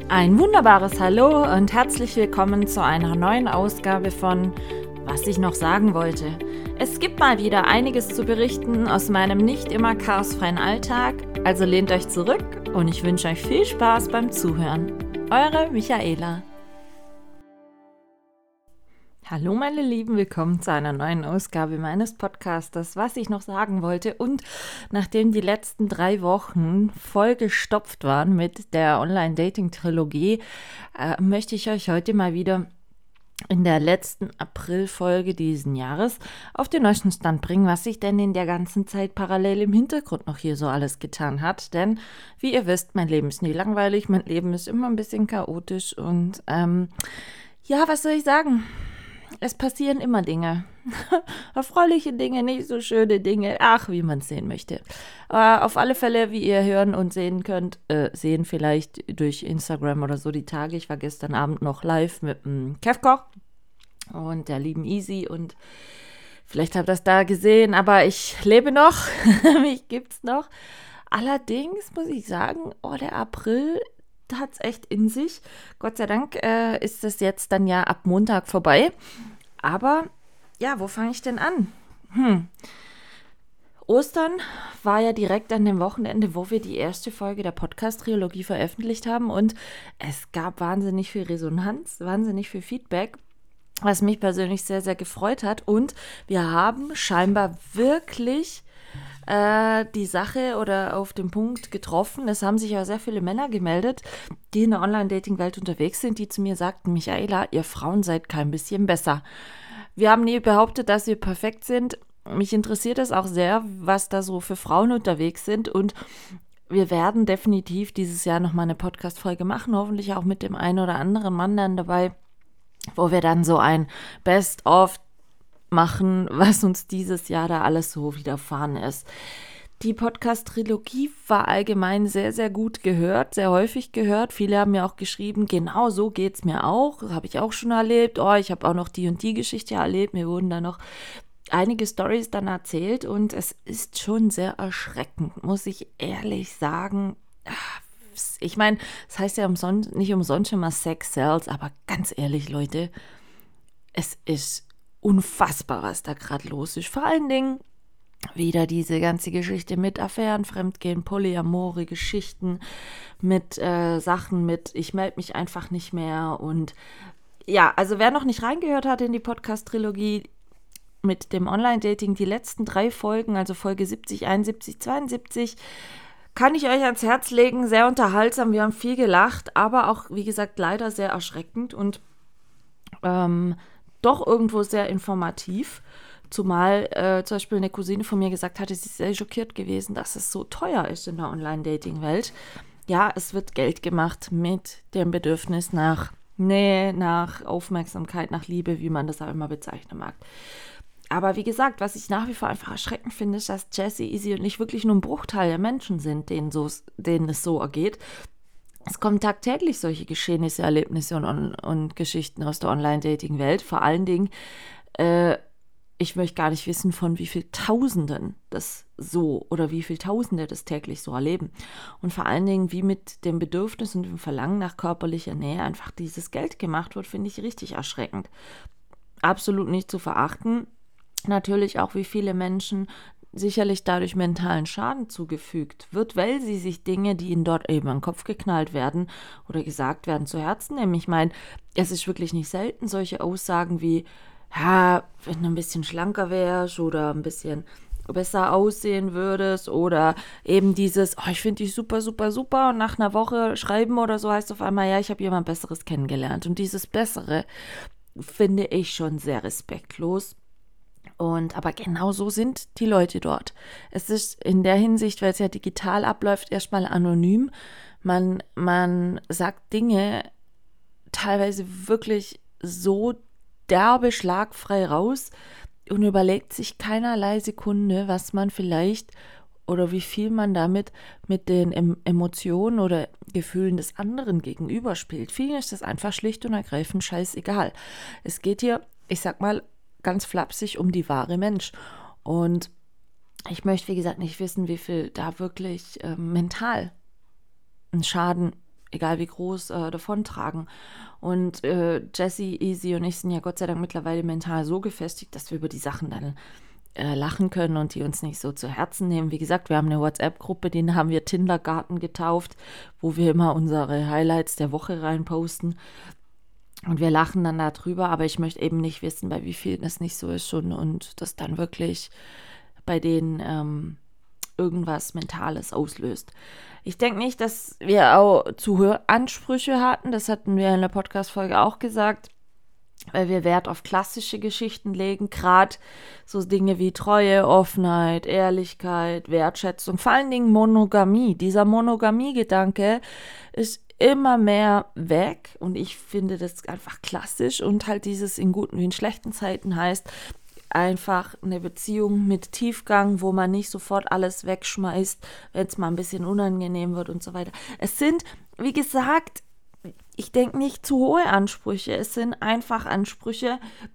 Ein wunderbares Hallo und herzlich willkommen zu einer neuen Ausgabe von Was ich noch sagen wollte. Es gibt mal wieder einiges zu berichten aus meinem nicht immer chaosfreien Alltag, also lehnt euch zurück und ich wünsche euch viel Spaß beim Zuhören. Eure Michaela. Hallo meine Lieben, willkommen zu einer neuen Ausgabe meines Podcastes, was ich noch sagen wollte. Und nachdem die letzten 3 Wochen vollgestopft waren mit der Online-Dating-Trilogie, möchte ich euch heute mal wieder in der letzten April-Folge diesen Jahres auf den neuesten Stand bringen, was sich denn in der ganzen Zeit parallel im Hintergrund noch hier so alles getan hat. Denn, wie ihr wisst, mein Leben ist nie langweilig, mein Leben ist immer ein bisschen chaotisch und ja, was soll ich sagen? Es passieren immer Dinge. Erfreuliche Dinge, nicht so schöne Dinge. Ach, wie man es sehen möchte. Auf alle Fälle, wie ihr hören und sehen könnt, sehen vielleicht durch Instagram oder so die Tage. Ich war gestern Abend noch live mit dem Kevkoch und der lieben Easy und vielleicht habt ihr das da gesehen, aber ich lebe noch. Mich gibt's noch. Allerdings muss ich sagen, der April hat es echt in sich. Gott sei Dank ist es jetzt dann ja ab Montag vorbei. Aber ja, wo fange ich denn an? Ostern war ja direkt an dem Wochenende, wo wir die erste Folge der Podcast-Trilogie veröffentlicht haben und es gab wahnsinnig viel Resonanz, wahnsinnig viel Feedback, was mich persönlich sehr, sehr gefreut hat und wir haben scheinbar wirklich die Sache oder auf den Punkt getroffen. Es haben sich ja sehr viele Männer gemeldet, die in der Online-Dating-Welt unterwegs sind, die zu mir sagten, Michaela, ihr Frauen seid kein bisschen besser. Wir haben nie behauptet, dass wir perfekt sind. Mich interessiert es auch sehr, was da so für Frauen unterwegs sind und wir werden definitiv dieses Jahr nochmal eine Podcast-Folge machen, hoffentlich auch mit dem einen oder anderen Mann dann dabei, wo wir dann so ein Best-of machen, was uns dieses Jahr da alles so widerfahren ist. Die Podcast-Trilogie war allgemein sehr, sehr gut gehört, sehr häufig gehört. Viele haben mir auch geschrieben, genau so geht es mir auch, habe ich auch schon erlebt. Ich habe auch noch die und die Geschichte erlebt. Mir wurden da noch einige Storys dann erzählt und es ist schon sehr erschreckend, muss ich ehrlich sagen. Ich meine, es heißt ja nicht umsonst immer Sex sells, aber ganz ehrlich, Leute, es ist unfassbar, was da gerade los ist. Vor allen Dingen wieder diese ganze Geschichte mit Affären, Fremdgehen, Polyamore, Geschichten mit Sachen mit, ich melde mich einfach nicht mehr. Und ja, also wer noch nicht reingehört hat in die Podcast-Trilogie mit dem Online-Dating, die letzten 3 Folgen, also Folge 70, 71, 72, kann ich euch ans Herz legen. Sehr unterhaltsam, wir haben viel gelacht, aber auch, wie gesagt, leider sehr erschreckend und doch irgendwo sehr informativ, zumal zum Beispiel eine Cousine von mir gesagt hatte, sie ist sehr schockiert gewesen, dass es so teuer ist in der Online-Dating-Welt. Ja, es wird Geld gemacht mit dem Bedürfnis nach Nähe, nach Aufmerksamkeit, nach Liebe, wie man das auch immer bezeichnen mag. Aber wie gesagt, was ich nach wie vor einfach erschreckend finde, ist, dass Jesse, Easy und ich wirklich nur ein Bruchteil der Menschen sind, denen es so ergeht. Es kommen tagtäglich solche Geschehnisse, Erlebnisse und Geschichten aus der Online-Dating-Welt. Vor allen Dingen, ich möchte gar nicht wissen, von wie viel Tausenden das so oder wie viel Tausende das täglich so erleben. Und vor allen Dingen, wie mit dem Bedürfnis und dem Verlangen nach körperlicher Nähe einfach dieses Geld gemacht wird, finde ich richtig erschreckend. Absolut nicht zu verachten. Natürlich auch, wie viele Menschen sicherlich dadurch mentalen Schaden zugefügt wird, weil sie sich Dinge, die ihnen dort eben an den Kopf geknallt werden oder gesagt werden, zu Herzen nehmen. Ich meine, es ist wirklich nicht selten solche Aussagen wie, ja, wenn du ein bisschen schlanker wärst oder ein bisschen besser aussehen würdest oder eben dieses, ich finde dich super, super, super und nach einer Woche schreiben oder so heißt auf einmal, ja, ich habe jemand Besseres kennengelernt und dieses Bessere finde ich schon sehr respektlos. Aber genau so sind die Leute dort. Es ist in der Hinsicht, weil es ja digital abläuft, erstmal anonym. Man sagt Dinge teilweise wirklich so derbe schlagfrei raus und überlegt sich keinerlei Sekunde, was man vielleicht oder wie viel man damit mit den Emotionen oder Gefühlen des anderen gegenüberspielt. Vielen ist das einfach schlicht und ergreifend scheißegal. Es geht hier, ich sag mal, ganz flapsig um die wahre Mensch. Und ich möchte, wie gesagt, nicht wissen, wie viel da wirklich mental ein Schaden egal wie groß, davontragen. Und Jessie, Easy und ich sind ja Gott sei Dank mittlerweile mental so gefestigt, dass wir über die Sachen dann lachen können und die uns nicht so zu Herzen nehmen. Wie gesagt, wir haben eine WhatsApp-Gruppe, die haben wir Tindergarten getauft, wo wir immer unsere Highlights der Woche reinposten. Und wir lachen dann darüber, aber ich möchte eben nicht wissen, bei wie vielen das nicht so ist schon und das dann wirklich bei denen irgendwas Mentales auslöst. Ich denke nicht, dass wir auch zu hohe Ansprüche hatten. Das hatten wir in der Podcast-Folge auch gesagt, weil wir Wert auf klassische Geschichten legen. Gerade so Dinge wie Treue, Offenheit, Ehrlichkeit, Wertschätzung, vor allen Dingen Monogamie. Dieser Monogamie-Gedanke ist immer mehr weg und ich finde das einfach klassisch und halt dieses in guten wie in schlechten Zeiten heißt, einfach eine Beziehung mit Tiefgang, wo man nicht sofort alles wegschmeißt, wenn es mal ein bisschen unangenehm wird und so weiter. Es sind, wie gesagt, ich denke nicht zu hohe Ansprüche. Es sind einfach Ansprüche,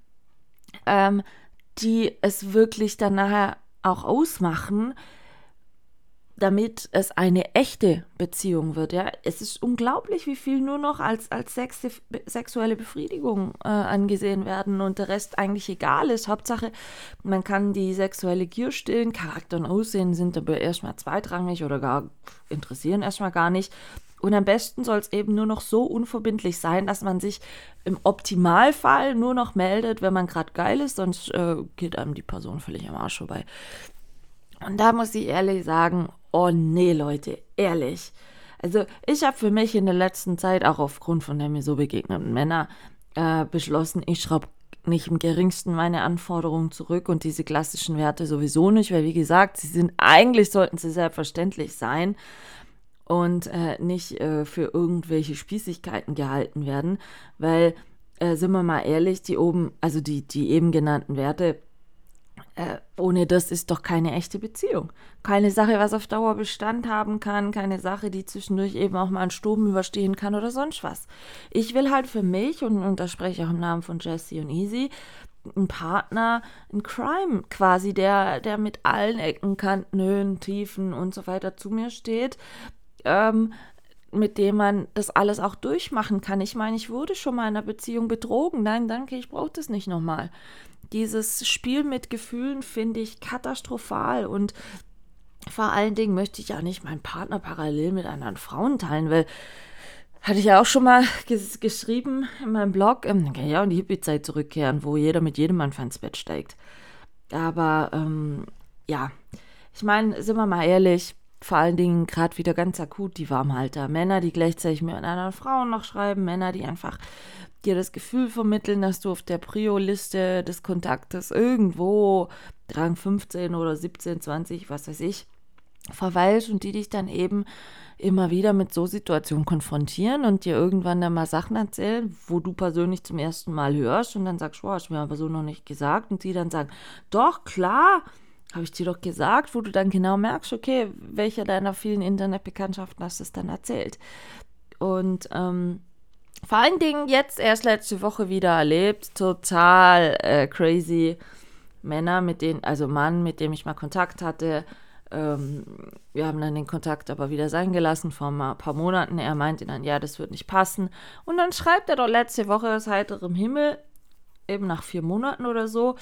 die es wirklich dann nachher auch ausmachen, damit es eine echte Beziehung wird. Ja? Es ist unglaublich, wie viel nur noch als sexuelle Befriedigung angesehen werden und der Rest eigentlich egal ist. Hauptsache, man kann die sexuelle Gier stillen. Charakter und Aussehen sind aber erstmal zweitrangig oder gar interessieren erstmal gar nicht. Und am besten soll es eben nur noch so unverbindlich sein, dass man sich im Optimalfall nur noch meldet, wenn man gerade geil ist, sonst geht einem die Person völlig am Arsch vorbei. Und da muss ich ehrlich sagen, oh nee, Leute, ehrlich. Also ich habe für mich in der letzten Zeit, auch aufgrund von der mir so begegneten Männer, beschlossen, ich schraube nicht im geringsten meine Anforderungen zurück und diese klassischen Werte sowieso nicht, weil wie gesagt, eigentlich sollten sie selbstverständlich sein und nicht für irgendwelche Spießigkeiten gehalten werden, weil, sind wir mal ehrlich, die eben genannten Werte, ohne das ist doch keine echte Beziehung. Keine Sache, was auf Dauer Bestand haben kann, keine Sache, die zwischendurch eben auch mal einen Sturm überstehen kann oder sonst was. Ich will halt für mich, und da spreche ich auch im Namen von Jessie und Easy, einen Partner, ein Crime quasi, der mit allen Ecken, Kanten, Höhen, Tiefen und so weiter zu mir steht, mit dem man das alles auch durchmachen kann. Ich meine, ich wurde schon mal in einer Beziehung betrogen. Nein, danke, ich brauche das nicht nochmal. Dieses Spiel mit Gefühlen finde ich katastrophal und vor allen Dingen möchte ich ja nicht meinen Partner parallel mit anderen Frauen teilen, weil hatte ich ja auch schon mal geschrieben in meinem Blog, dann kann ich auch in die Hippie-Zeit zurückkehren, wo jeder mit jedem Mann ins Bett steigt. Aber ja, ich meine, sind wir mal ehrlich, vor allen Dingen gerade wieder ganz akut die Warmhalter. Männer, die gleichzeitig mit anderen Frauen noch schreiben, Männer, die einfach dir das Gefühl vermitteln, dass du auf der Prio-Liste des Kontaktes irgendwo Rang 15 oder 17, 20, was weiß ich, verweilst und die dich dann eben immer wieder mit so Situationen konfrontieren und dir irgendwann dann mal Sachen erzählen, wo du persönlich zum ersten Mal hörst und dann sagst, wow, hast du mir aber so noch nicht gesagt und die dann sagen, doch, klar, habe ich dir doch gesagt, wo du dann genau merkst, okay, welcher deiner vielen Internetbekanntschaften hast du es dann erzählt. Und vor allen Dingen jetzt erst letzte Woche wieder erlebt, total crazy Männer, Mann, mit dem ich mal Kontakt hatte. Wir haben dann den Kontakt aber wieder sein gelassen vor ein paar Monaten. Er meinte dann, ja, das wird nicht passen. Und dann schreibt er doch letzte Woche aus heiterem Himmel, eben nach 4 Monaten oder so,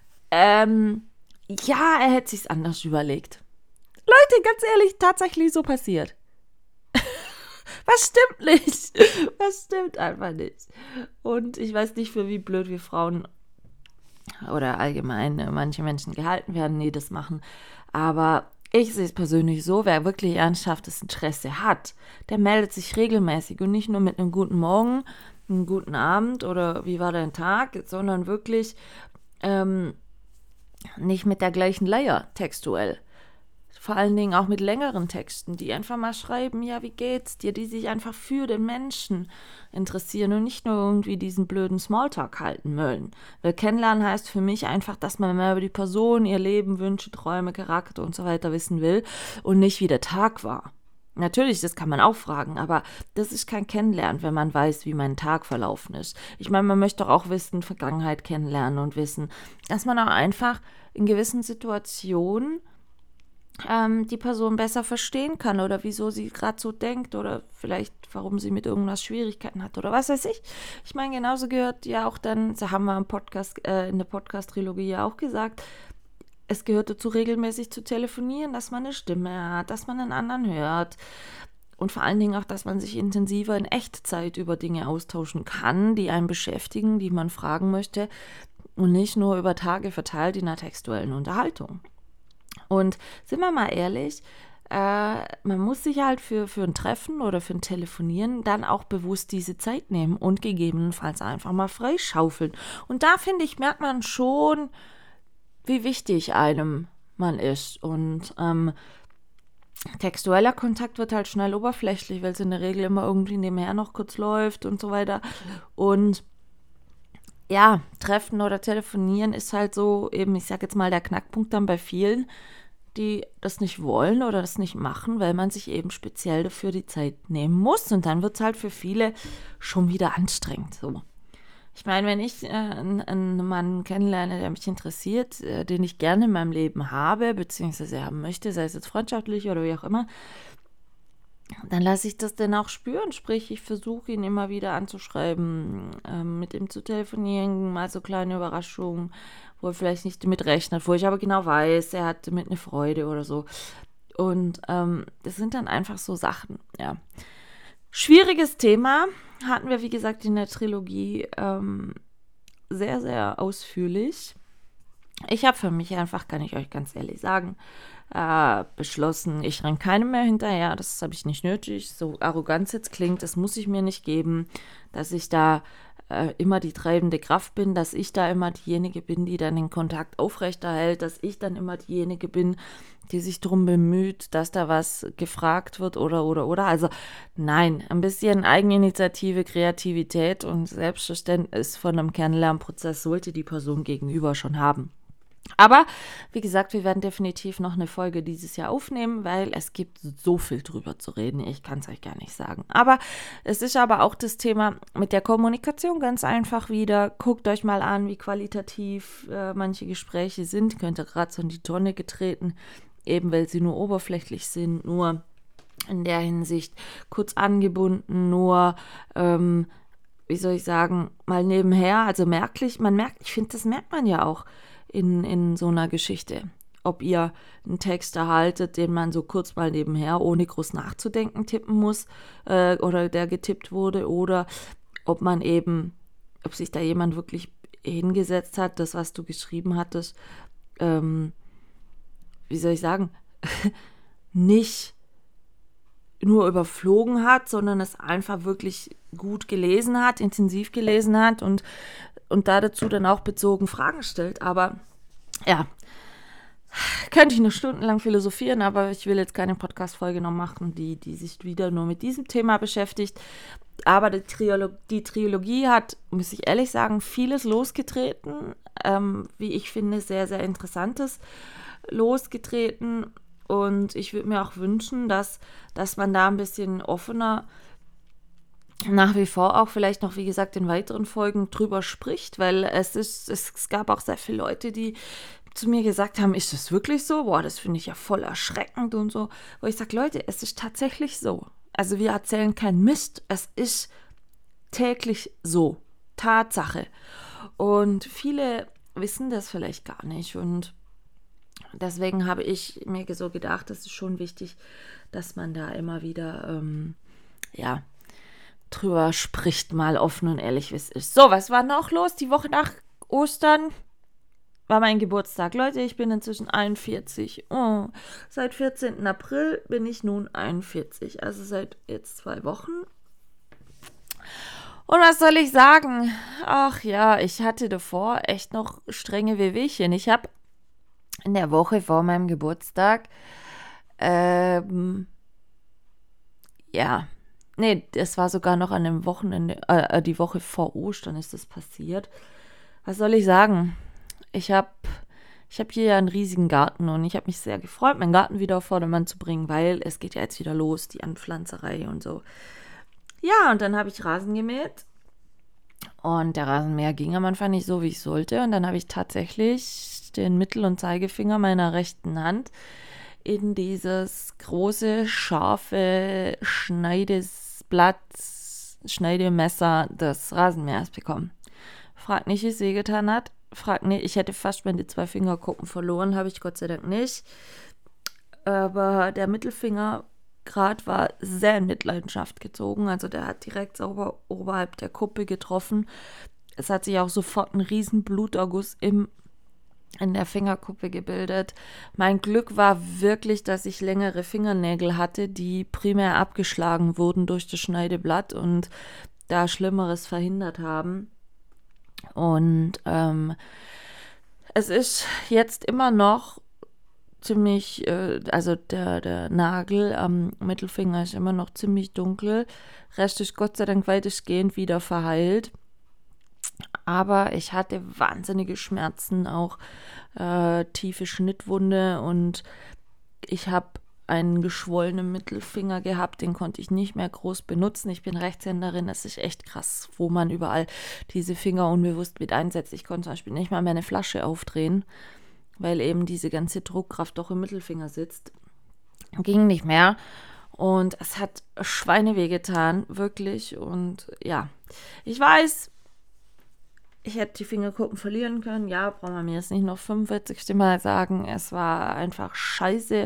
ja, er hätte sich's anders überlegt. Leute, ganz ehrlich, tatsächlich so passiert. Was stimmt nicht? Was stimmt einfach nicht? Und ich weiß nicht, für wie blöd wir Frauen oder allgemein manche Menschen gehalten werden, die das machen. Aber ich sehe es persönlich so, wer wirklich ernsthaftes Interesse hat, der meldet sich regelmäßig und nicht nur mit einem guten Morgen, einem guten Abend oder wie war dein Tag, sondern wirklich nicht mit der gleichen Leier textuell. Vor allen Dingen auch mit längeren Texten, die einfach mal schreiben, ja, wie geht's dir, die sich einfach für den Menschen interessieren und nicht nur irgendwie diesen blöden Smalltalk halten wollen. Weil kennenlernen heißt für mich einfach, dass man mehr über die Person, ihr Leben, Wünsche, Träume, Charakter und so weiter wissen will und nicht, wie der Tag war. Natürlich, das kann man auch fragen, aber das ist kein Kennenlernen, wenn man weiß, wie mein Tag verlaufen ist. Ich meine, man möchte doch auch wissen, Vergangenheit kennenlernen und wissen, dass man auch einfach in gewissen Situationen die Person besser verstehen kann oder wieso sie gerade so denkt oder vielleicht, warum sie mit irgendwas Schwierigkeiten hat oder was weiß ich. Ich meine, genauso gehört ja auch dann, so haben wir im Podcast, in der Podcast-Trilogie ja auch gesagt, es gehört dazu, regelmäßig zu telefonieren, dass man eine Stimme hat, dass man einen anderen hört und vor allen Dingen auch, dass man sich intensiver in Echtzeit über Dinge austauschen kann, die einen beschäftigen, die man fragen möchte und nicht nur über Tage verteilt in einer textuellen Unterhaltung. Und sind wir mal ehrlich, man muss sich halt für ein Treffen oder für ein Telefonieren dann auch bewusst diese Zeit nehmen und gegebenenfalls einfach mal freischaufeln. Und da, finde ich, merkt man schon, wie wichtig einem man ist. Und textueller Kontakt wird halt schnell oberflächlich, weil es in der Regel immer irgendwie nebenher noch kurz läuft und so weiter. Und ja, Treffen oder Telefonieren ist halt so eben, ich sag jetzt mal, der Knackpunkt dann bei vielen, die das nicht wollen oder das nicht machen, weil man sich eben speziell dafür die Zeit nehmen muss. Und dann wird es halt für viele schon wieder anstrengend. So. Ich meine, wenn ich einen Mann kennenlerne, der mich interessiert, den ich gerne in meinem Leben habe, beziehungsweise haben möchte, sei es jetzt freundschaftlich oder wie auch immer, dann lasse ich das dann auch spüren. Sprich, ich versuche ihn immer wieder anzuschreiben, mit ihm zu telefonieren, mal so kleine Überraschungen, wo er vielleicht nicht damit rechnet, wo ich aber genau weiß, er hat damit eine Freude oder so. Und das sind dann einfach so Sachen, ja. Schwieriges Thema, hatten wir, wie gesagt, in der Trilogie sehr, sehr ausführlich. Ich habe für mich einfach, kann ich euch ganz ehrlich sagen, beschlossen, ich renne keinem mehr hinterher, das habe ich nicht nötig, so arrogant jetzt klingt, das muss ich mir nicht geben, dass ich da immer die treibende Kraft bin, dass ich da immer diejenige bin, die dann den Kontakt aufrechterhält, dass ich dann immer diejenige bin, die sich darum bemüht, dass da was gefragt wird oder. Also nein, ein bisschen Eigeninitiative, Kreativität und Selbstverständnis von einem Kennenlernprozess sollte die Person gegenüber schon haben. Aber, wie gesagt, wir werden definitiv noch eine Folge dieses Jahr aufnehmen, weil es gibt so viel drüber zu reden. Ich kann es euch gar nicht sagen. Aber es ist aber auch das Thema mit der Kommunikation ganz einfach wieder. Guckt euch mal an, wie qualitativ manche Gespräche sind. Könnt ihr gerade so in die Tonne getreten, eben weil sie nur oberflächlich sind, nur in der Hinsicht kurz angebunden, nur wie soll ich sagen, mal nebenher, also merklich, ich finde, das merkt man ja auch in so einer Geschichte. Ob ihr einen Text erhaltet, den man so kurz mal nebenher, ohne groß nachzudenken, tippen muss, oder der getippt wurde, oder ob man eben, ob sich da jemand wirklich hingesetzt hat, das, was du geschrieben hattest, wie soll ich sagen, nicht nur überflogen hat, sondern es einfach wirklich gut gelesen hat, intensiv gelesen hat und da dazu dann auch bezogen Fragen stellt. Aber ja, könnte ich noch stundenlang philosophieren, aber ich will jetzt keine Podcast-Folge noch machen, die sich wieder nur mit diesem Thema beschäftigt. Aber die Trilogie hat, muss ich ehrlich sagen, vieles losgetreten, wie ich finde, sehr, sehr Interessantes losgetreten. Und ich würde mir auch wünschen, dass man da ein bisschen offener nach wie vor auch vielleicht noch, wie gesagt, in weiteren Folgen drüber spricht, weil es gab auch sehr viele Leute, die zu mir gesagt haben, ist das wirklich so? Boah, das finde ich ja voll erschreckend und so. Wo ich sage, Leute, es ist tatsächlich so. Also wir erzählen keinen Mist, es ist täglich so. Tatsache. Und viele wissen das vielleicht gar nicht und deswegen habe ich mir so gedacht, es ist schon wichtig, dass man da immer wieder, drüber spricht, mal offen und ehrlich, wie es ist. So, was war noch los? Die Woche nach Ostern war mein Geburtstag. Leute, ich bin inzwischen 41. Oh, seit 14. April bin ich nun 41. Also seit jetzt 2 Wochen. Und was soll ich sagen? Ach ja, ich hatte davor echt noch strenge Wehwehchen. Ich habe in der Woche vor meinem Geburtstag, das war sogar noch an dem Wochenende, die Woche vor Ostern ist das passiert. Was soll ich sagen? Ich hab hier ja einen riesigen Garten und ich habe mich sehr gefreut, meinen Garten wieder auf Vordermann zu bringen, weil es geht ja jetzt wieder los, die Anpflanzerei und so. Ja, und dann habe ich Rasen gemäht und der Rasenmäher ging am Anfang nicht so, wie ich sollte. Und dann habe ich tatsächlich den Mittel- und Zeigefinger meiner rechten Hand in dieses große, scharfe Schneideblatt, Schneidemesser des Rasenmähers bekommen. Frag nicht, wie es wehgetan hat. Frag nicht, ich hätte fast meine 2 Fingerkuppen verloren, habe ich Gott sei Dank nicht. Aber der Mittelfingergrad war sehr in Mitleidenschaft gezogen. Also der hat direkt sauber oberhalb der Kuppe getroffen. Es hat sich auch sofort ein riesen Bluterguss in der Fingerkuppe gebildet. Mein Glück war wirklich, dass ich längere Fingernägel hatte, die primär abgeschlagen wurden durch das Schneideblatt und da Schlimmeres verhindert haben. Und es ist jetzt immer noch ziemlich, also der Nagel am Mittelfinger ist immer noch ziemlich dunkel. Rest ist Gott sei Dank weitestgehend wieder verheilt. Aber ich hatte wahnsinnige Schmerzen, auch tiefe Schnittwunde und ich habe einen geschwollenen Mittelfinger gehabt, den konnte ich nicht mehr groß benutzen. Ich bin Rechtshänderin, es ist echt krass, wo man überall diese Finger unbewusst mit einsetzt. Ich konnte zum Beispiel nicht mal meine Flasche aufdrehen, weil eben diese ganze Druckkraft doch im Mittelfinger sitzt. Ging nicht mehr und es hat Schweineweh getan, wirklich. Und ja, ich weiß, ich hätte die Fingerkuppen verlieren können. Ja, brauchen wir mir jetzt nicht noch 45. Mal sagen. Es war einfach scheiße.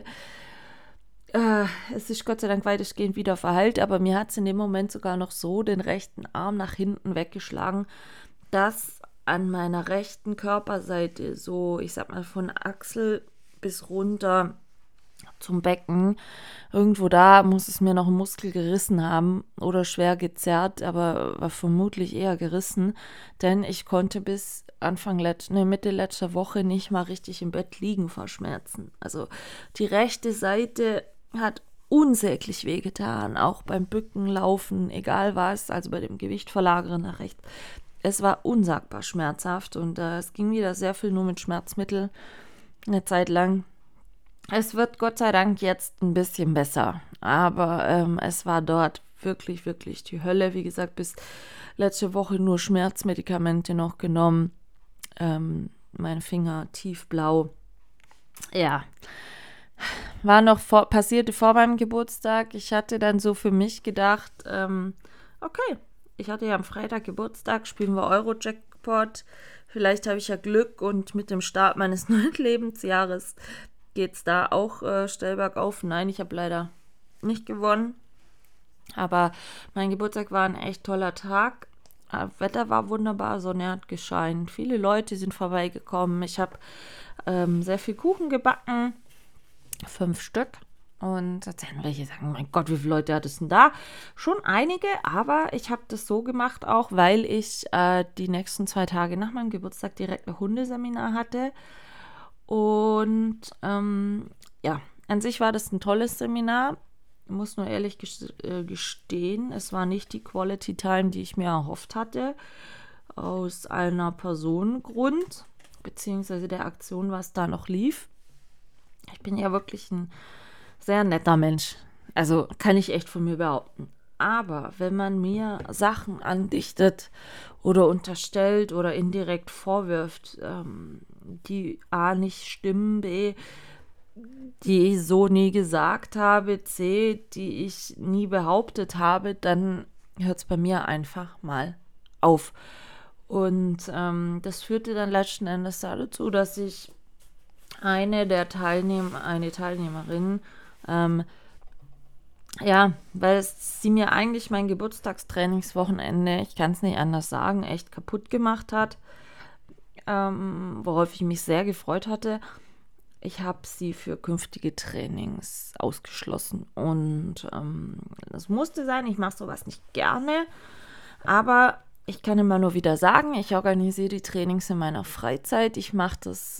Es ist Gott sei Dank weitestgehend wieder verheilt, aber mir hat es in dem Moment sogar noch so den rechten Arm nach hinten weggeschlagen, dass an meiner rechten Körperseite so, ich sag mal, von Achsel bis runter zum Becken, irgendwo da muss es mir noch einen Muskel gerissen haben oder schwer gezerrt, aber war vermutlich eher gerissen, denn ich konnte bis Mitte letzter Woche nicht mal richtig im Bett liegen vor Schmerzen. Also die rechte Seite hat unsäglich wehgetan, auch beim Bücken, Laufen, egal was, also bei dem Gewicht verlagern nach rechts. Es war unsagbar schmerzhaft und es ging wieder sehr viel nur mit Schmerzmittel eine Zeit lang. Es wird Gott sei Dank jetzt ein bisschen besser, aber es war dort wirklich, wirklich die Hölle. Wie gesagt, bis letzte Woche nur Schmerzmedikamente noch genommen. Mein Finger tiefblau. Ja, passierte vor meinem Geburtstag. Ich hatte dann so für mich gedacht, okay, ich hatte ja am Freitag Geburtstag, spielen wir Euro-Jackpot. Vielleicht habe ich ja Glück und mit dem Start meines neuen Lebensjahres geht es da auch steil bergauf. Nein, ich habe leider nicht gewonnen. Aber mein Geburtstag war ein echt toller Tag. Wetter war wunderbar, Sonne hat gescheint. Viele Leute sind vorbeigekommen. Ich habe sehr viel Kuchen gebacken. 5 Stück. Und jetzt werden welche sagen, mein Gott, wie viele Leute hat es denn da? Schon einige, aber ich habe das so gemacht auch, weil ich die nächsten 2 Tage nach meinem Geburtstag direkt ein Hundeseminar hatte. Und ja, an sich war das ein tolles Seminar. Ich muss nur ehrlich gestehen, es war nicht die Quality Time, die ich mir erhofft hatte, aus einer Personengrund, beziehungsweise der Aktion, was da noch lief. Ich bin ja wirklich ein sehr netter Mensch. Also kann ich echt von mir behaupten. Aber wenn man mir Sachen andichtet oder unterstellt oder indirekt vorwirft, die A nicht stimmen, B, die ich so nie gesagt habe, C, die ich nie behauptet habe, dann hört es bei mir einfach mal auf. Und das führte dann letzten Endes dazu, dass ich eine Teilnehmerin, ja, weil sie mir eigentlich mein Geburtstagstrainingswochenende, ich kann es nicht anders sagen, echt kaputt gemacht hat, worauf ich mich sehr gefreut hatte. Ich habe sie für künftige Trainings ausgeschlossen und das musste sein. Ich mache sowas nicht gerne, aber ich kann immer nur wieder sagen, ich organisiere die Trainings in meiner Freizeit. Ich mache das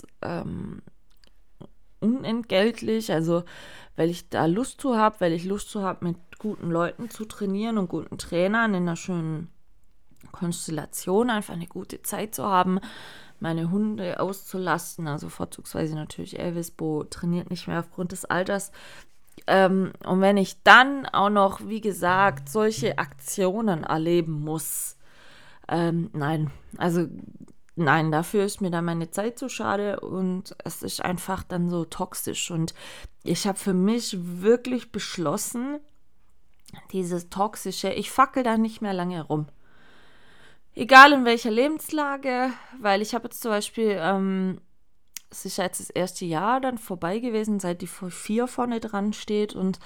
unentgeltlich, also weil ich da Lust zu habe, mit guten Leuten zu trainieren und guten Trainern in einer schönen Konstellation, einfach eine gute Zeit zu haben, meine Hunde auszulasten, also vorzugsweise natürlich Elvis. Bo trainiert nicht mehr aufgrund des Alters. Und wenn ich dann auch noch, wie gesagt, solche Aktionen erleben muss, nein, also nein, dafür ist mir dann meine Zeit zu schade und es ist einfach dann so toxisch. Und ich habe für mich wirklich beschlossen, dieses Toxische, ich fackel da nicht mehr lange rum. Egal in welcher Lebenslage, weil ich habe jetzt zum Beispiel, es ist ja jetzt das erste Jahr dann vorbei gewesen, seit die 4 vorne dran steht und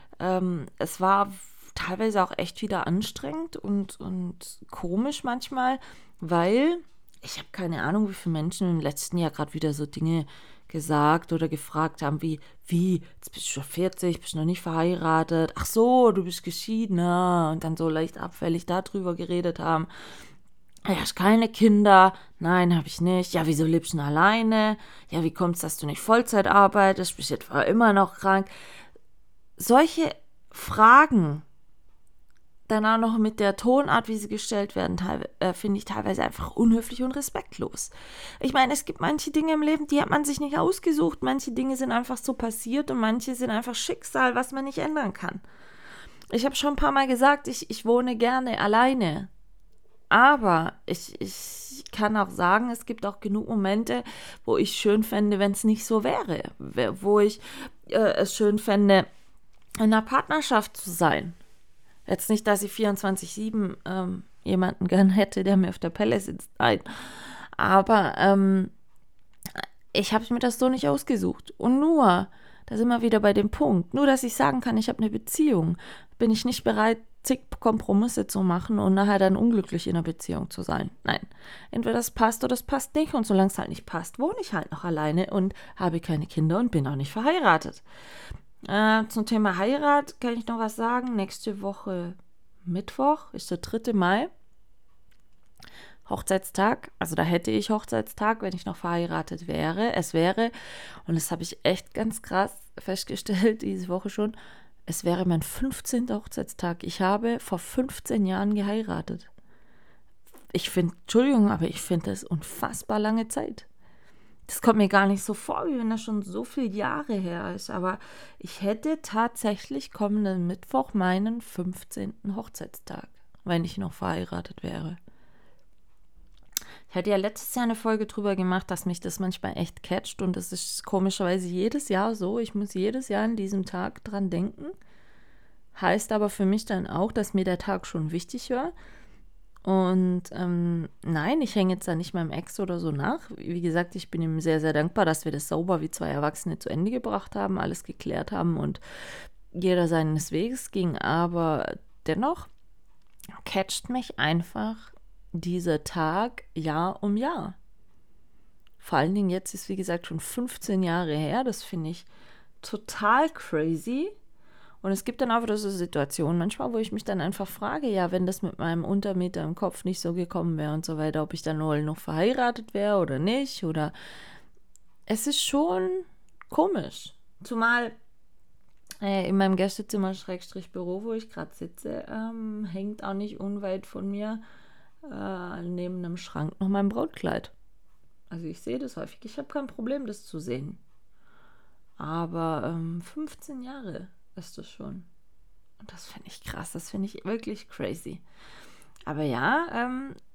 es war teilweise auch echt wieder anstrengend und komisch manchmal, weil ich habe keine Ahnung, wie viele Menschen im letzten Jahr gerade wieder so Dinge gesagt oder gefragt haben, wie, jetzt bist du schon 40, bist noch nicht verheiratet, ach so, du bist geschieden, und dann so leicht abfällig darüber geredet haben. Ja, hast keine Kinder? Nein, habe ich nicht. Ja, wieso lebst du denn alleine? Ja, wie kommt es, dass du nicht Vollzeit arbeitest? Bist etwa immer noch krank? Solche Fragen, dann auch noch mit der Tonart, wie sie gestellt werden, finde ich teilweise einfach unhöflich und respektlos. Ich meine, es gibt manche Dinge im Leben, die hat man sich nicht ausgesucht. Manche Dinge sind einfach so passiert und manche sind einfach Schicksal, was man nicht ändern kann. Ich habe schon ein paar Mal gesagt, ich wohne gerne alleine. Aber ich kann auch sagen, es gibt auch genug Momente, wo ich schön fände, wenn es nicht so wäre. Wo ich es schön fände, in einer Partnerschaft zu sein. Jetzt nicht, dass ich 24/7 jemanden gern hätte, der mir auf der Pelle sitzt. Nein. Aber ich habe mir das so nicht ausgesucht. Und nur, da sind wir wieder bei dem Punkt, nur, dass ich sagen kann, ich habe eine Beziehung, bin ich nicht bereit, zig Kompromisse zu machen und nachher dann unglücklich in einer Beziehung zu sein. Nein. Entweder das passt oder das passt nicht. Und solange es halt nicht passt, wohne ich halt noch alleine und habe keine Kinder und bin auch nicht verheiratet. Zum Thema Heirat kann ich noch was sagen. Nächste Woche Mittwoch ist der 3. Mai. Hochzeitstag. Also da hätte ich Hochzeitstag, wenn ich noch verheiratet wäre. Es wäre, und das habe ich echt ganz krass festgestellt, diese Woche schon, es wäre mein 15. Hochzeitstag. Ich habe vor 15 Jahren geheiratet. Ich finde, Entschuldigung, aber ich finde das unfassbar lange Zeit. Das kommt mir gar nicht so vor, wie wenn das schon so viele Jahre her ist. Aber ich hätte tatsächlich kommenden Mittwoch meinen 15. Hochzeitstag, wenn ich noch verheiratet wäre. Ich hatte ja letztes Jahr eine Folge drüber gemacht, dass mich das manchmal echt catcht. Und das ist komischerweise jedes Jahr so. Ich muss jedes Jahr an diesem Tag dran denken. Heißt aber für mich dann auch, dass mir der Tag schon wichtig war. Und nein, ich hänge jetzt da nicht meinem Ex oder so nach. Wie gesagt, ich bin ihm sehr, sehr dankbar, dass wir das sauber wie 2 Erwachsene zu Ende gebracht haben, alles geklärt haben und jeder seines Weges ging. Aber dennoch catcht mich einfach dieser Tag Jahr um Jahr. Vor allen Dingen jetzt ist, wie gesagt, schon 15 Jahre her. Das finde ich total crazy. Und es gibt dann auch wieder so Situationen manchmal, wo ich mich dann einfach frage, ja, wenn das mit meinem Untermieter im Kopf nicht so gekommen wäre und so weiter, ob ich dann wohl noch verheiratet wäre oder nicht. Oder es ist schon komisch. Zumal in meinem Gästezimmer Büro, wo ich gerade sitze, hängt auch nicht unweit von mir neben einem Schrank noch mein Brautkleid. Also ich sehe das häufig. Ich habe kein Problem, das zu sehen. Aber 15 Jahre ist das schon. Und das finde ich krass. Das finde ich wirklich crazy. Aber ja,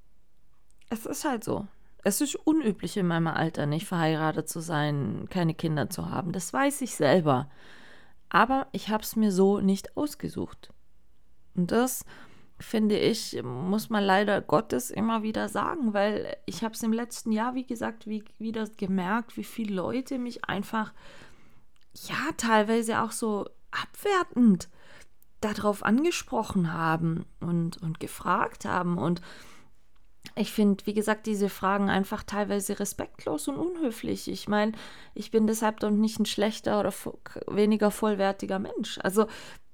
es ist halt so. Es ist unüblich in meinem Alter, nicht verheiratet zu sein, keine Kinder zu haben. Das weiß ich selber. Aber ich habe es mir so nicht ausgesucht. Und das, finde ich, muss man leider Gottes immer wieder sagen, weil ich habe es im letzten Jahr, wie gesagt, wieder gemerkt, wie viele Leute mich einfach, ja, teilweise auch so abwertend darauf angesprochen haben und gefragt haben. Und ich finde, wie gesagt, diese Fragen einfach teilweise respektlos und unhöflich. Ich meine, ich bin deshalb doch nicht ein schlechter oder weniger vollwertiger Mensch. Also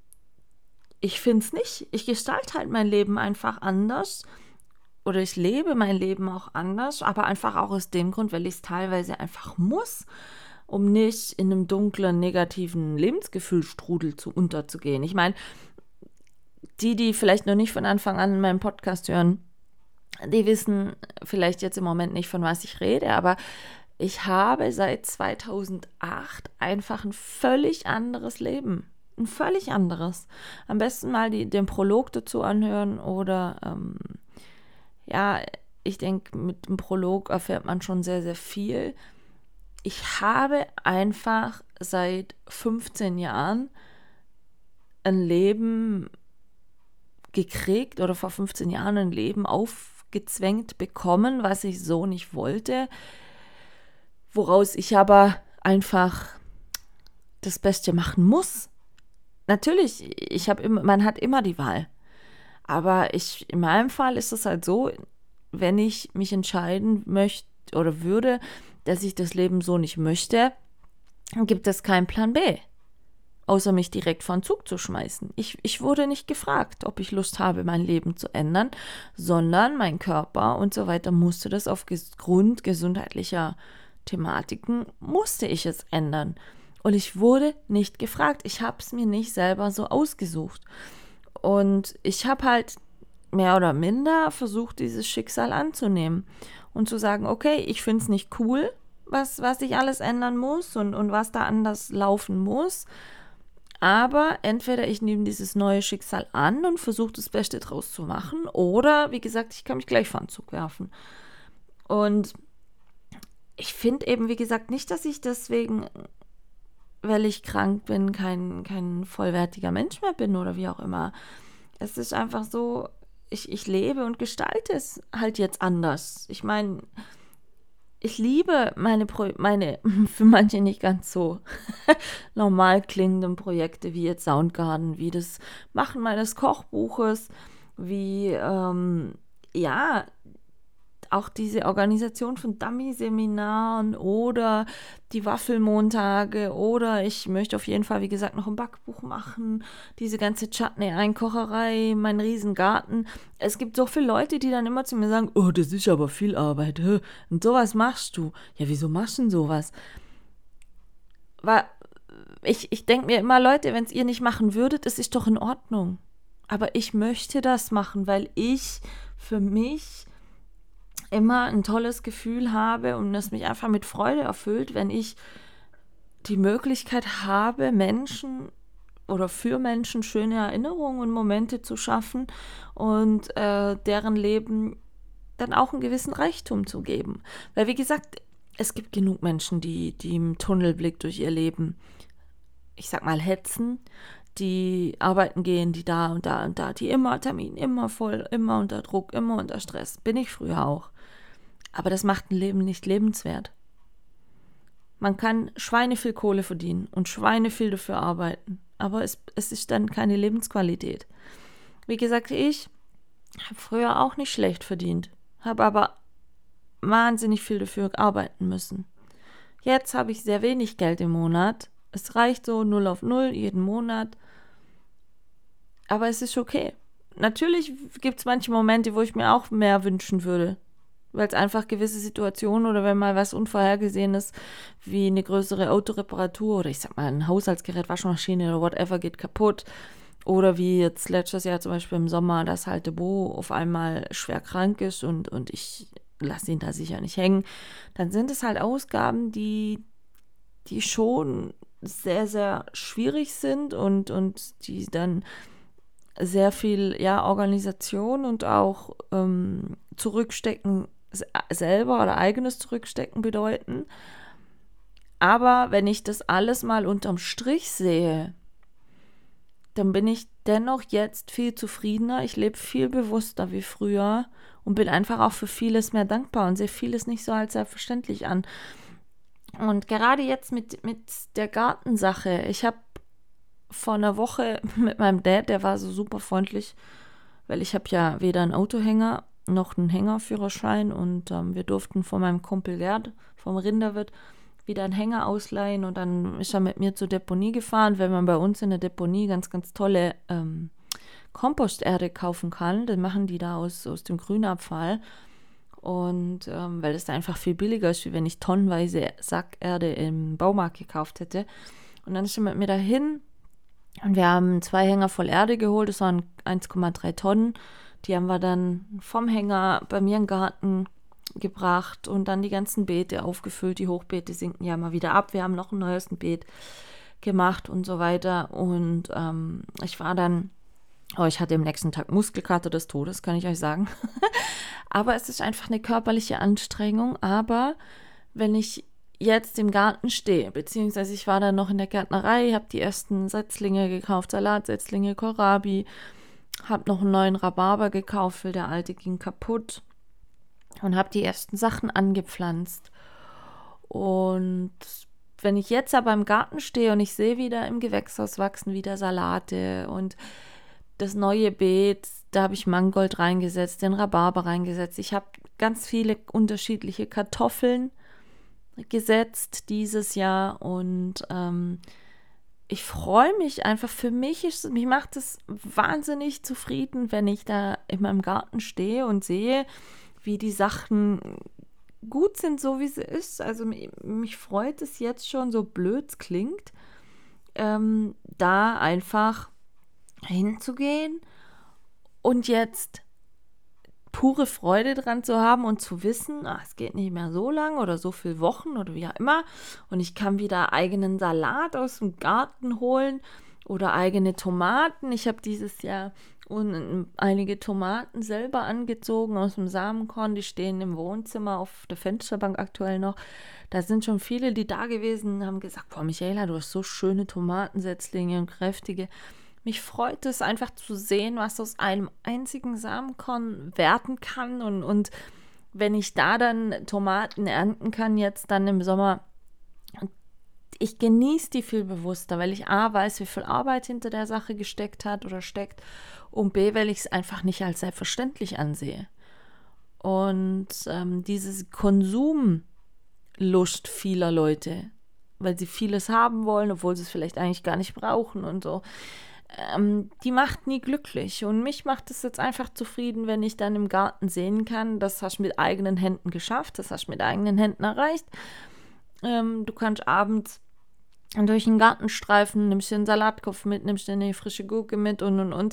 ich finde es nicht. Ich gestalte halt mein Leben einfach anders. Oder ich lebe mein Leben auch anders, aber einfach auch aus dem Grund, weil ich es teilweise einfach um nicht in einem dunklen, negativen Lebensgefühlstrudel unterzugehen. Ich meine, die vielleicht noch nicht von Anfang an in meinem Podcast hören, die wissen vielleicht jetzt im Moment nicht, von was ich rede, aber ich habe seit 2008 einfach ein völlig anderes Leben. Ein völlig anderes. Am besten mal den Prolog dazu anhören oder ja, ich denke, mit dem Prolog erfährt man schon sehr, sehr viel. Ich habe einfach seit 15 Jahren ein Leben gekriegt oder vor 15 Jahren ein Leben aufgezwängt bekommen, was ich so nicht wollte, woraus ich aber einfach das Beste machen muss. Natürlich, man hat immer die Wahl. Aber in meinem Fall ist es halt so, wenn ich mich entscheiden möchte oder würde, dass ich das Leben so nicht möchte, dann gibt es keinen Plan B, außer mich direkt vor den Zug zu schmeißen. Ich wurde nicht gefragt, ob ich Lust habe, mein Leben zu ändern, sondern mein Körper und so weiter musste das aufgrund gesundheitlicher Thematiken, musste ich es ändern. Und ich wurde nicht gefragt. Ich habe es mir nicht selber so ausgesucht. Und ich habe halt mehr oder minder versucht, dieses Schicksal anzunehmen und zu sagen, okay, ich finde es nicht cool, was ich alles ändern muss und was da anders laufen muss. Aber entweder ich nehme dieses neue Schicksal an und versuche das Beste draus zu machen, oder, wie gesagt, ich kann mich gleich vor den Zug werfen. Und ich finde eben, wie gesagt, nicht, dass ich deswegen, weil ich krank bin, kein vollwertiger Mensch mehr bin oder wie auch immer. Es ist einfach so, ich lebe und gestalte es halt jetzt anders. Ich meine, ich liebe meine für manche nicht ganz so normal klingenden Projekte wie jetzt Soundgarden, wie das Machen meines Kochbuches, wie ja, auch diese Organisation von Dummy-Seminaren oder die Waffelmontage oder ich möchte auf jeden Fall, wie gesagt, noch ein Backbuch machen, diese ganze Chutney-Einkocherei, mein Riesengarten. Es gibt so viele Leute, die dann immer zu mir sagen, oh, das ist aber viel Arbeit, hä? Und sowas machst du. Ja, wieso machst du denn sowas? Weil ich denke mir immer, Leute, wenn es ihr nicht machen würdet, das ist doch in Ordnung. Aber ich möchte das machen, weil ich für mich immer ein tolles Gefühl habe und es mich einfach mit Freude erfüllt, wenn ich die Möglichkeit habe, Menschen oder für Menschen schöne Erinnerungen und Momente zu schaffen und deren Leben dann auch einen gewissen Reichtum zu geben. Weil, wie gesagt, es gibt genug Menschen, die im Tunnelblick durch ihr Leben, ich sag mal, hetzen, die arbeiten gehen, die da und da und da, die immer Termin, immer voll, immer unter Druck, immer unter Stress. Bin ich früher auch. Aber das macht ein Leben nicht lebenswert. Man kann schweineviel Kohle verdienen und schweineviel dafür arbeiten, aber es ist dann keine Lebensqualität. Wie gesagt, ich habe früher auch nicht schlecht verdient, habe aber wahnsinnig viel dafür arbeiten müssen. Jetzt habe ich sehr wenig Geld im Monat. Es reicht so 0 auf 0 jeden Monat. Aber es ist okay. Natürlich gibt es manche Momente, wo ich mir auch mehr wünschen würde. Weil es einfach gewisse Situationen oder wenn mal was Unvorhergesehenes wie eine größere Autoreparatur oder ich sag mal ein Haushaltsgerät, Waschmaschine oder whatever geht kaputt. Oder wie jetzt letztes Jahr zum Beispiel im Sommer, dass halt der Bo auf einmal schwer krank ist und ich lasse ihn da sicher nicht hängen. Dann sind es halt Ausgaben, die schon sehr, sehr schwierig sind und die dann sehr viel Organisation und auch Zurückstecken selber oder eigenes Zurückstecken bedeuten. Aber wenn ich das alles mal unterm Strich sehe, dann bin ich dennoch jetzt viel zufriedener. Ich lebe viel bewusster wie früher und bin einfach auch für vieles mehr dankbar und sehe vieles nicht so als selbstverständlich an. Und gerade jetzt mit der Gartensache, ich habe vor einer Woche mit meinem Dad, der war so super freundlich, weil ich habe ja weder einen Autohänger noch einen Hängerführerschein und wir durften von meinem Kumpel Gerd, vom Rinderwirt, wieder einen Hänger ausleihen und dann ist er mit mir zur Deponie gefahren, weil man bei uns in der Deponie ganz, ganz tolle Komposterde kaufen kann. Das machen die da aus dem Grünabfall und weil das da einfach viel billiger ist, wie wenn ich tonnenweise Sackerde im Baumarkt gekauft hätte. Und dann ist er mit mir dahin und wir haben 2 Hänger voll Erde geholt, das waren 1,3 Tonnen. Die haben wir dann vom Hänger bei mir im Garten gebracht und dann die ganzen Beete aufgefüllt. Die Hochbeete sinken ja immer wieder ab. Wir haben noch ein neues Beet gemacht und so weiter. Und ich war dann Oh, ich hatte am nächsten Tag Muskelkater des Todes, kann ich euch sagen. Aber es ist einfach eine körperliche Anstrengung. Aber wenn ich jetzt im Garten stehe, beziehungsweise ich war dann noch in der Gärtnerei, habe die ersten Setzlinge gekauft, Salatsetzlinge, Kohlrabi, habe noch einen neuen Rhabarber gekauft, weil der alte ging kaputt und habe die ersten Sachen angepflanzt. Und wenn ich jetzt aber im Garten stehe und ich sehe wieder im Gewächshaus wachsen wieder Salate und das neue Beet, da habe ich Mangold reingesetzt, den Rhabarber reingesetzt. Ich habe ganz viele unterschiedliche Kartoffeln gesetzt dieses Jahr und ich freue mich einfach. Für mich mich macht es wahnsinnig zufrieden, wenn ich da in meinem Garten stehe und sehe, wie die Sachen gut sind, so wie sie ist. Also mich freut es jetzt schon, so blöd es klingt, da einfach hinzugehen und jetzt pure Freude dran zu haben und zu wissen, es geht nicht mehr so lang oder so viele Wochen oder wie auch immer und ich kann wieder eigenen Salat aus dem Garten holen oder eigene Tomaten. Ich habe dieses Jahr einige Tomaten selber angezogen aus dem Samenkorn, die stehen im Wohnzimmer auf der Fensterbank aktuell noch. Da sind schon viele, die da gewesen haben gesagt, boah Michaela, du hast so schöne Tomatensetzlinge und kräftige. Mich freut es einfach zu sehen, was aus einem einzigen Samenkorn werden kann. Und wenn ich da dann Tomaten ernten kann, jetzt dann im Sommer, ich genieße die viel bewusster, weil ich A, weiß, wie viel Arbeit hinter der Sache gesteckt hat oder steckt und B, weil ich es einfach nicht als selbstverständlich ansehe. Und diese Konsumlust vieler Leute, weil sie vieles haben wollen, obwohl sie es vielleicht eigentlich gar nicht brauchen und so, die macht nie glücklich. Und mich macht es jetzt einfach zufrieden, wenn ich dann im Garten sehen kann, das hast du mit eigenen Händen geschafft, das hast du mit eigenen Händen erreicht. Du kannst abends durch den Garten streifen, nimmst dir einen Salatkopf mit, nimmst dir eine frische Gurke mit und.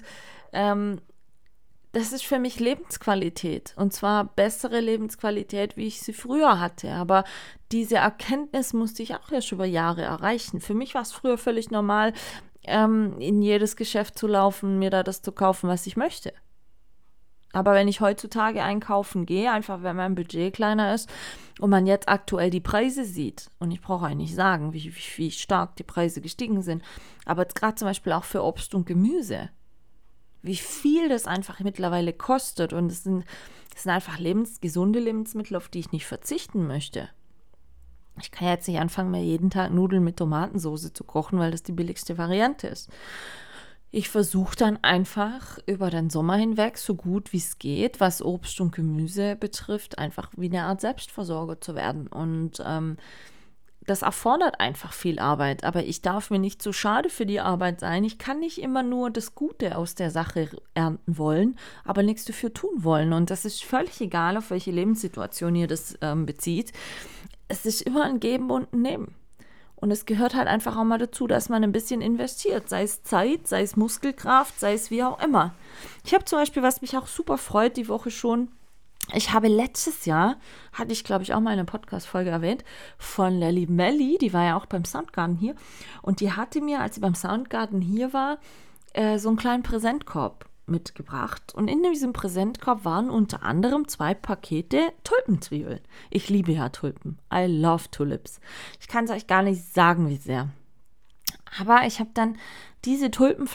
Das ist für mich Lebensqualität. Und zwar bessere Lebensqualität, wie ich sie früher hatte. Aber diese Erkenntnis musste ich auch erst über Jahre erreichen. Für mich war es früher völlig normal, in jedes Geschäft zu laufen, mir da das zu kaufen, was ich möchte. Aber wenn ich heutzutage einkaufen gehe, einfach wenn mein Budget kleiner ist und man jetzt aktuell die Preise sieht, und ich brauche eigentlich nicht sagen, wie stark die Preise gestiegen sind, aber jetzt gerade zum Beispiel auch für Obst und Gemüse, wie viel das einfach mittlerweile kostet und es sind einfach gesunde Lebensmittel, auf die ich nicht verzichten möchte. Ich kann jetzt nicht anfangen, mir jeden Tag Nudeln mit Tomatensauce zu kochen, weil das die billigste Variante ist. Ich versuche dann einfach über den Sommer hinweg, so gut wie es geht, was Obst und Gemüse betrifft, einfach wie eine Art Selbstversorger zu werden. Und das erfordert einfach viel Arbeit, aber ich darf mir nicht zu schade für die Arbeit sein. Ich kann nicht immer nur das Gute aus der Sache ernten wollen, aber nichts dafür tun wollen. Und das ist völlig egal, auf welche Lebenssituation ihr das bezieht. Es ist immer ein Geben und ein Nehmen. Und es gehört halt einfach auch mal dazu, dass man ein bisschen investiert, sei es Zeit, sei es Muskelkraft, sei es wie auch immer. Ich habe zum Beispiel, was mich auch super freut, die Woche schon, ich habe letztes Jahr, hatte ich glaube ich auch mal in einer Podcast-Folge erwähnt, von der lieben Melli, die war ja auch beim Soundgarden hier und die hatte mir, als sie beim Soundgarden hier war, so einen kleinen Präsentkorb mitgebracht und in diesem Präsentkorb waren unter anderem 2 Pakete Tulpenzwiebeln. Ich liebe ja Tulpen. I love Tulips. Ich kann es euch gar nicht sagen, wie sehr. Aber ich habe dann diese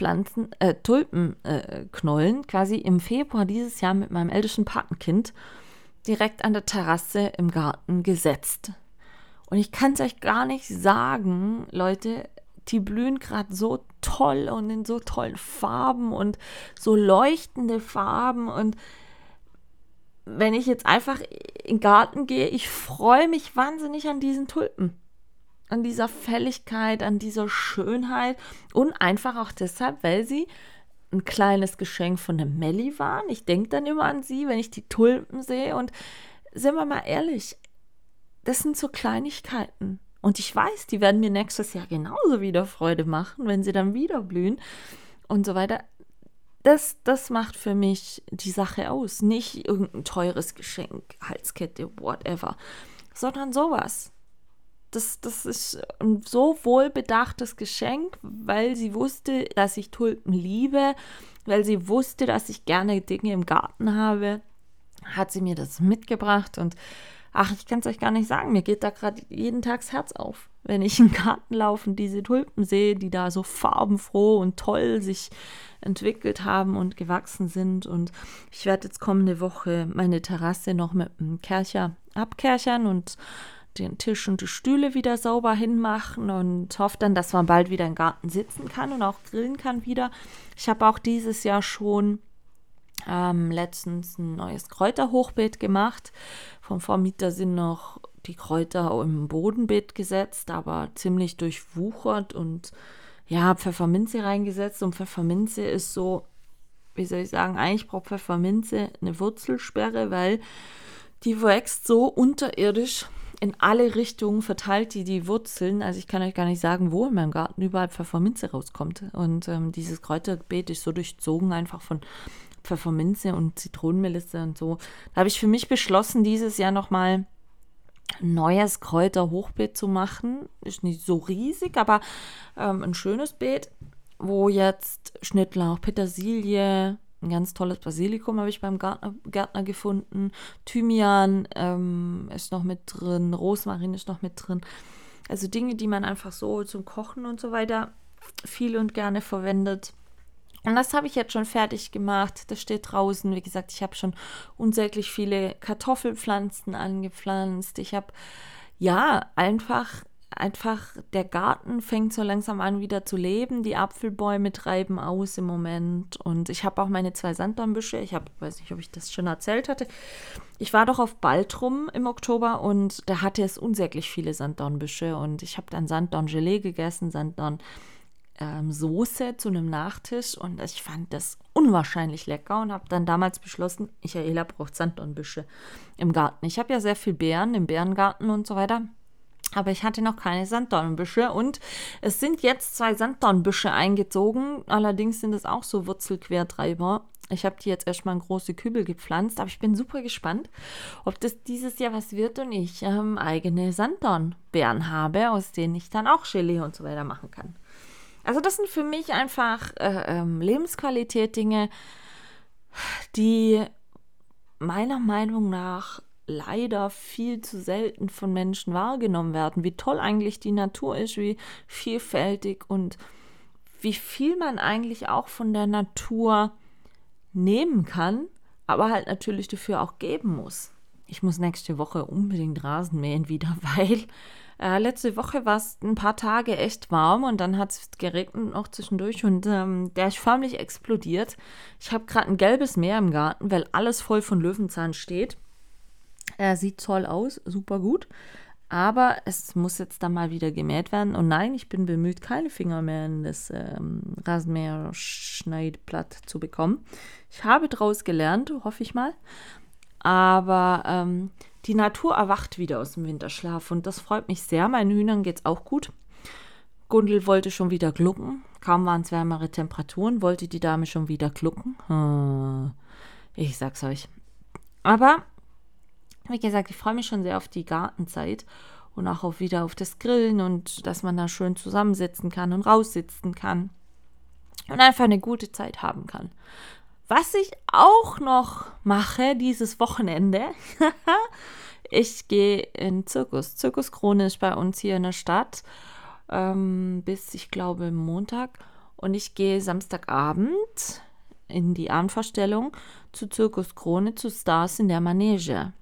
Tulpenknollen quasi im Februar dieses Jahr mit meinem ältesten Patenkind direkt an der Terrasse im Garten gesetzt. Und ich kann es euch gar nicht sagen, Leute, die blühen gerade so toll und in so tollen Farben und so leuchtende Farben. Und wenn ich jetzt einfach in den Garten gehe, ich freue mich wahnsinnig an diesen Tulpen. An dieser Fälligkeit, an dieser Schönheit und einfach auch deshalb, weil sie ein kleines Geschenk von der Melli waren. Ich denke dann immer an sie, wenn ich die Tulpen sehe und sind wir mal ehrlich, das sind so Kleinigkeiten. Und ich weiß, die werden mir nächstes Jahr genauso wieder Freude machen, wenn sie dann wieder blühen und so weiter. Das macht für mich die Sache aus. Nicht irgendein teures Geschenk, Halskette, whatever, sondern sowas. das ist ein so wohlbedachtes Geschenk, weil sie wusste, dass ich Tulpen liebe, weil sie wusste, dass ich gerne Dinge im Garten habe, hat sie mir das mitgebracht und ach, ich kann es euch gar nicht sagen, mir geht da gerade jeden Tag das Herz auf, wenn ich im Garten laufe und diese Tulpen sehe, die da so farbenfroh und toll sich entwickelt haben und gewachsen sind. Und ich werde jetzt kommende Woche meine Terrasse noch mit einem Kercher abkerchern und den Tisch und die Stühle wieder sauber hinmachen und hoffe dann, dass man bald wieder im Garten sitzen kann und auch grillen kann wieder. Ich habe auch dieses Jahr schon letztens ein neues Kräuterhochbeet gemacht. Vom Vormieter sind noch die Kräuter im Bodenbeet gesetzt, aber ziemlich durchwuchert und ja, Pfefferminze reingesetzt. Und Pfefferminze ist so, wie soll ich sagen, eigentlich braucht Pfefferminze eine Wurzelsperre, weil die wächst so unterirdisch in alle Richtungen, verteilt die Wurzeln. Also ich kann euch gar nicht sagen, wo in meinem Garten überall Pfefferminze rauskommt. Und dieses Kräuterbeet ist so durchzogen einfach von Pfefferminze und Zitronenmelisse und so. Da habe ich für mich beschlossen, dieses Jahr nochmal ein neues Kräuterhochbeet zu machen. Ist nicht so riesig, aber ein schönes Beet, wo jetzt Schnittlauch, Petersilie, ein ganz tolles Basilikum habe ich beim Gärtner gefunden, Thymian ist noch mit drin, Rosmarin ist noch mit drin. Also Dinge, die man einfach so zum Kochen und so weiter viel und gerne verwendet. Und das habe ich jetzt schon fertig gemacht. Das steht draußen. Wie gesagt, ich habe schon unsäglich viele Kartoffelpflanzen angepflanzt. Ich habe, ja, einfach, der Garten fängt so langsam an wieder zu leben. Die Apfelbäume treiben aus im Moment. Und ich habe auch meine 2 Sanddornbüsche. Weiß nicht, ob ich das schon erzählt hatte. Ich war doch auf Baltrum im Oktober und da hatte es unsäglich viele Sanddornbüsche. Und ich habe dann Sanddorngelee gegessen, Soße zu einem Nachtisch und ich fand das unwahrscheinlich lecker und habe dann damals beschlossen, Michaela braucht Sanddornbüsche im Garten. Ich habe ja sehr viel Beeren im Beerengarten und so weiter, aber ich hatte noch keine Sanddornbüsche und es sind jetzt 2 Sanddornbüsche eingezogen, allerdings sind es auch so Wurzelquertreiber. Ich habe die jetzt erstmal in große Kübel gepflanzt, aber ich bin super gespannt, ob das dieses Jahr was wird und ich eigene Sanddornbeeren habe, aus denen ich dann auch Gelee und so weiter machen kann. Also das sind für mich einfach Lebensqualität-Dinge, die meiner Meinung nach leider viel zu selten von Menschen wahrgenommen werden. Wie toll eigentlich die Natur ist, wie vielfältig und wie viel man eigentlich auch von der Natur nehmen kann, aber halt natürlich dafür auch geben muss. Ich muss nächste Woche unbedingt Rasen mähen wieder, weil letzte Woche war es ein paar Tage echt warm und dann hat es geregnet noch zwischendurch und der ist förmlich explodiert. Ich habe gerade ein gelbes Meer im Garten, weil alles voll von Löwenzahn steht. Sieht toll aus, super gut. Aber es muss jetzt dann mal wieder gemäht werden. Und nein, ich bin bemüht, keine Finger mehr in das Rasenmäher-Schneidblatt zu bekommen. Ich habe daraus gelernt, hoffe ich mal. Aber die Natur erwacht wieder aus dem Winterschlaf und das freut mich sehr. Meinen Hühnern geht's auch gut. Gundel wollte schon wieder glucken. Kaum waren es wärmere Temperaturen, wollte die Dame schon wieder glucken. Ich sag's euch. Aber, wie gesagt, ich freue mich schon sehr auf die Gartenzeit und auch wieder auf das Grillen und dass man da schön zusammensitzen kann und raussitzen kann und einfach eine gute Zeit haben kann. Was ich auch noch mache dieses Wochenende, ich gehe in den Zirkus. Zirkus Krone ist bei uns hier in der Stadt bis, ich glaube, Montag. Und ich gehe Samstagabend in die Abendvorstellung zu Zirkus Krone, zu Stars in der Manege.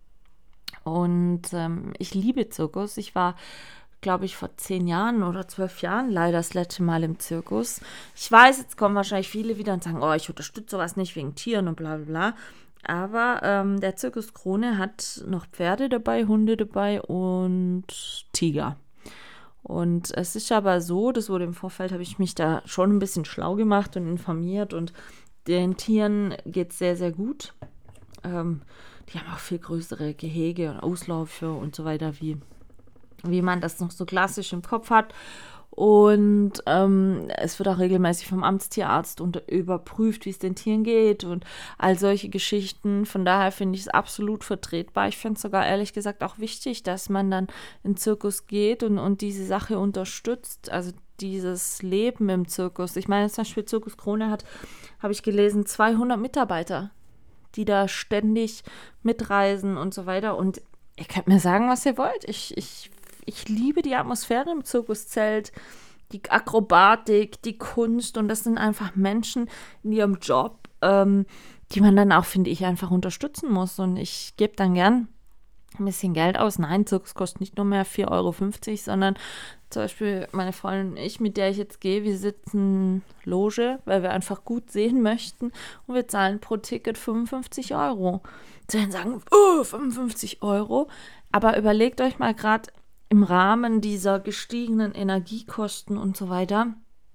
Und ich liebe Zirkus. Ich war, glaube ich, vor 10 Jahren oder 12 Jahren leider das letzte Mal im Zirkus. Ich weiß, jetzt kommen wahrscheinlich viele wieder und sagen, oh, ich unterstütze sowas nicht wegen Tieren und bla bla bla. Aber der Zirkus Krone hat noch Pferde dabei, Hunde dabei und Tiger. Und es ist aber so, das wurde im Vorfeld, habe ich mich da schon ein bisschen schlau gemacht und informiert und den Tieren geht es sehr, sehr gut. Die haben auch viel größere Gehege und Ausläufe und so weiter, wie man das noch so klassisch im Kopf hat. Und es wird auch regelmäßig vom Amtstierarzt überprüft, wie es den Tieren geht und all solche Geschichten. Von daher finde ich es absolut vertretbar. Ich finde es sogar ehrlich gesagt auch wichtig, dass man dann in den Zirkus geht und diese Sache unterstützt. Also dieses Leben im Zirkus. Ich meine, zum Beispiel Zirkus Krone hat, habe ich gelesen, 200 Mitarbeiter, die da ständig mitreisen und so weiter. Und ihr könnt mir sagen, was ihr wollt. Ich liebe die Atmosphäre im Zirkuszelt, die Akrobatik, die Kunst und das sind einfach Menschen in ihrem Job, die man dann auch, finde ich, einfach unterstützen muss. Und ich gebe dann gern ein bisschen Geld aus. Nein, Zirkus kostet nicht nur mehr 4,50 €, sondern zum Beispiel meine Freundin und ich, mit der ich jetzt gehe, wir sitzen Loge, weil wir einfach gut sehen möchten und wir zahlen pro Ticket 55 €. Sie werden sagen, oh, 55 €. Aber überlegt euch mal gerade im Rahmen dieser gestiegenen Energiekosten und so weiter,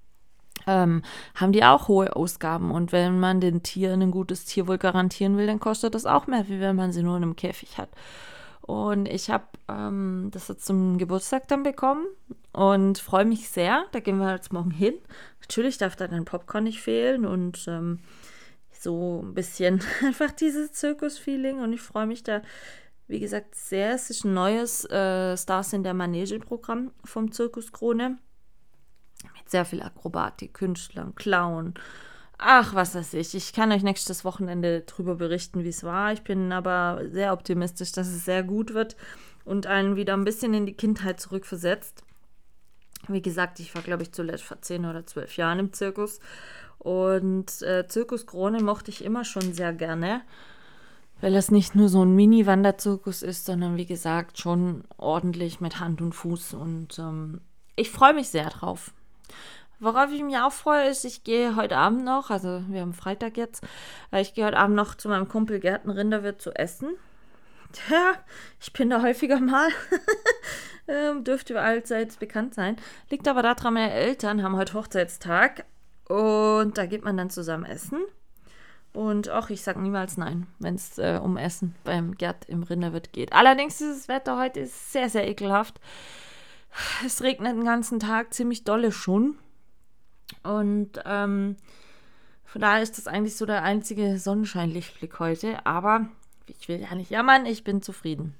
haben die auch hohe Ausgaben. Und wenn man den Tieren ein gutes Tierwohl garantieren will, dann kostet das auch mehr, wie wenn man sie nur in einem Käfig hat. Und ich habe das jetzt zum Geburtstag dann bekommen und freue mich sehr. Da gehen wir jetzt morgen hin. Natürlich darf da dann Popcorn nicht fehlen und so ein bisschen einfach dieses Zirkus-Feeling. Und ich freue mich da, wie gesagt, sehr. Es ist ein neues Stars in der Manege-Programm vom Zirkus Krone. Mit sehr viel Akrobatik, Künstlern, Clown. Ach, was weiß ich. Ich kann euch nächstes Wochenende drüber berichten, wie es war. Ich bin aber sehr optimistisch, dass es sehr gut wird und einen wieder ein bisschen in die Kindheit zurückversetzt. Wie gesagt, ich war, glaube ich, zuletzt vor 10 oder 12 Jahren im Zirkus. Und Zirkus Krone mochte ich immer schon sehr gerne, weil das nicht nur so ein Mini-Wanderzirkus ist, sondern wie gesagt schon ordentlich mit Hand und Fuß. Und ich freue mich sehr drauf. Worauf ich mich auch freue, ist, ich gehe heute Abend noch, also wir haben Freitag jetzt, ich gehe heute Abend noch zu meinem Kumpel Gerd Rinderwirt zu essen. Tja, ich bin da häufiger mal. Dürfte allseits bekannt sein. Liegt aber daran, meine Eltern haben heute Hochzeitstag und da geht man dann zusammen essen. Und auch ich sage niemals nein, wenn es um Essen beim Gerd im Rinderwirt geht. Allerdings ist das Wetter heute sehr, sehr ekelhaft. Es regnet den ganzen Tag ziemlich dolle schon. Und von daher ist das eigentlich so der einzige Sonnenscheinlichtblick heute. Aber ich will ja nicht jammern, ich bin zufrieden.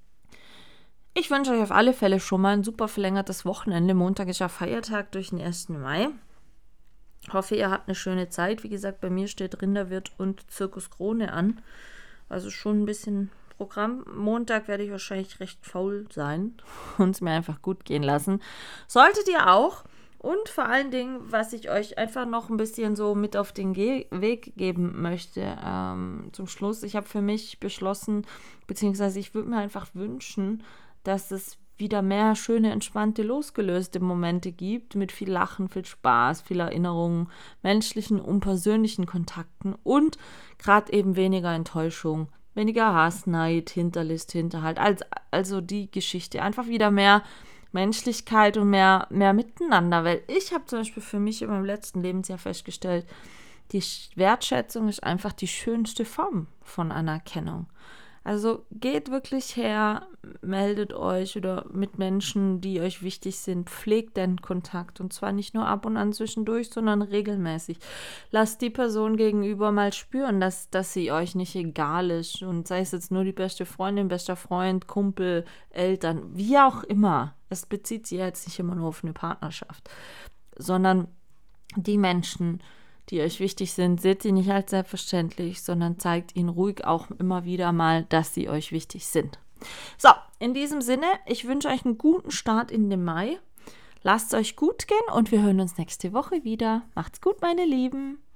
Ich wünsche euch auf alle Fälle schon mal ein super verlängertes Wochenende. Montag ist ja Feiertag durch den 1. Mai. Hoffe, ihr habt eine schöne Zeit. Wie gesagt, bei mir steht Rinderwirt und Zirkus Krone an. Also schon ein bisschen Programm. Montag werde ich wahrscheinlich recht faul sein und es mir einfach gut gehen lassen. Solltet ihr auch. Und vor allen Dingen, was ich euch einfach noch ein bisschen so mit auf den Weg geben möchte zum Schluss. Ich habe für mich beschlossen, beziehungsweise ich würde mir einfach wünschen, dass es wieder mehr schöne, entspannte, losgelöste Momente gibt, mit viel Lachen, viel Spaß, viel Erinnerungen, menschlichen und persönlichen Kontakten und gerade eben weniger Enttäuschung, weniger Hass, Neid, Hinterlist, Hinterhalt, also die Geschichte. Einfach wieder mehr Menschlichkeit und mehr Miteinander, weil ich habe zum Beispiel für mich in meinem letzten Lebensjahr festgestellt, die Wertschätzung ist einfach die schönste Form von Anerkennung. Also geht wirklich her, meldet euch oder mit Menschen, die euch wichtig sind, pflegt den Kontakt und zwar nicht nur ab und an zwischendurch, sondern regelmäßig. Lasst die Person gegenüber mal spüren, dass sie euch nicht egal ist und sei es jetzt nur die beste Freundin, bester Freund, Kumpel, Eltern, wie auch immer. Es bezieht sich ja jetzt nicht immer nur auf eine Partnerschaft, sondern die Menschen, die euch wichtig sind, seht sie nicht als selbstverständlich, sondern zeigt ihnen ruhig auch immer wieder mal, dass sie euch wichtig sind. So, in diesem Sinne, ich wünsche euch einen guten Start in den Mai. Lasst es euch gut gehen und wir hören uns nächste Woche wieder. Macht's gut, meine Lieben.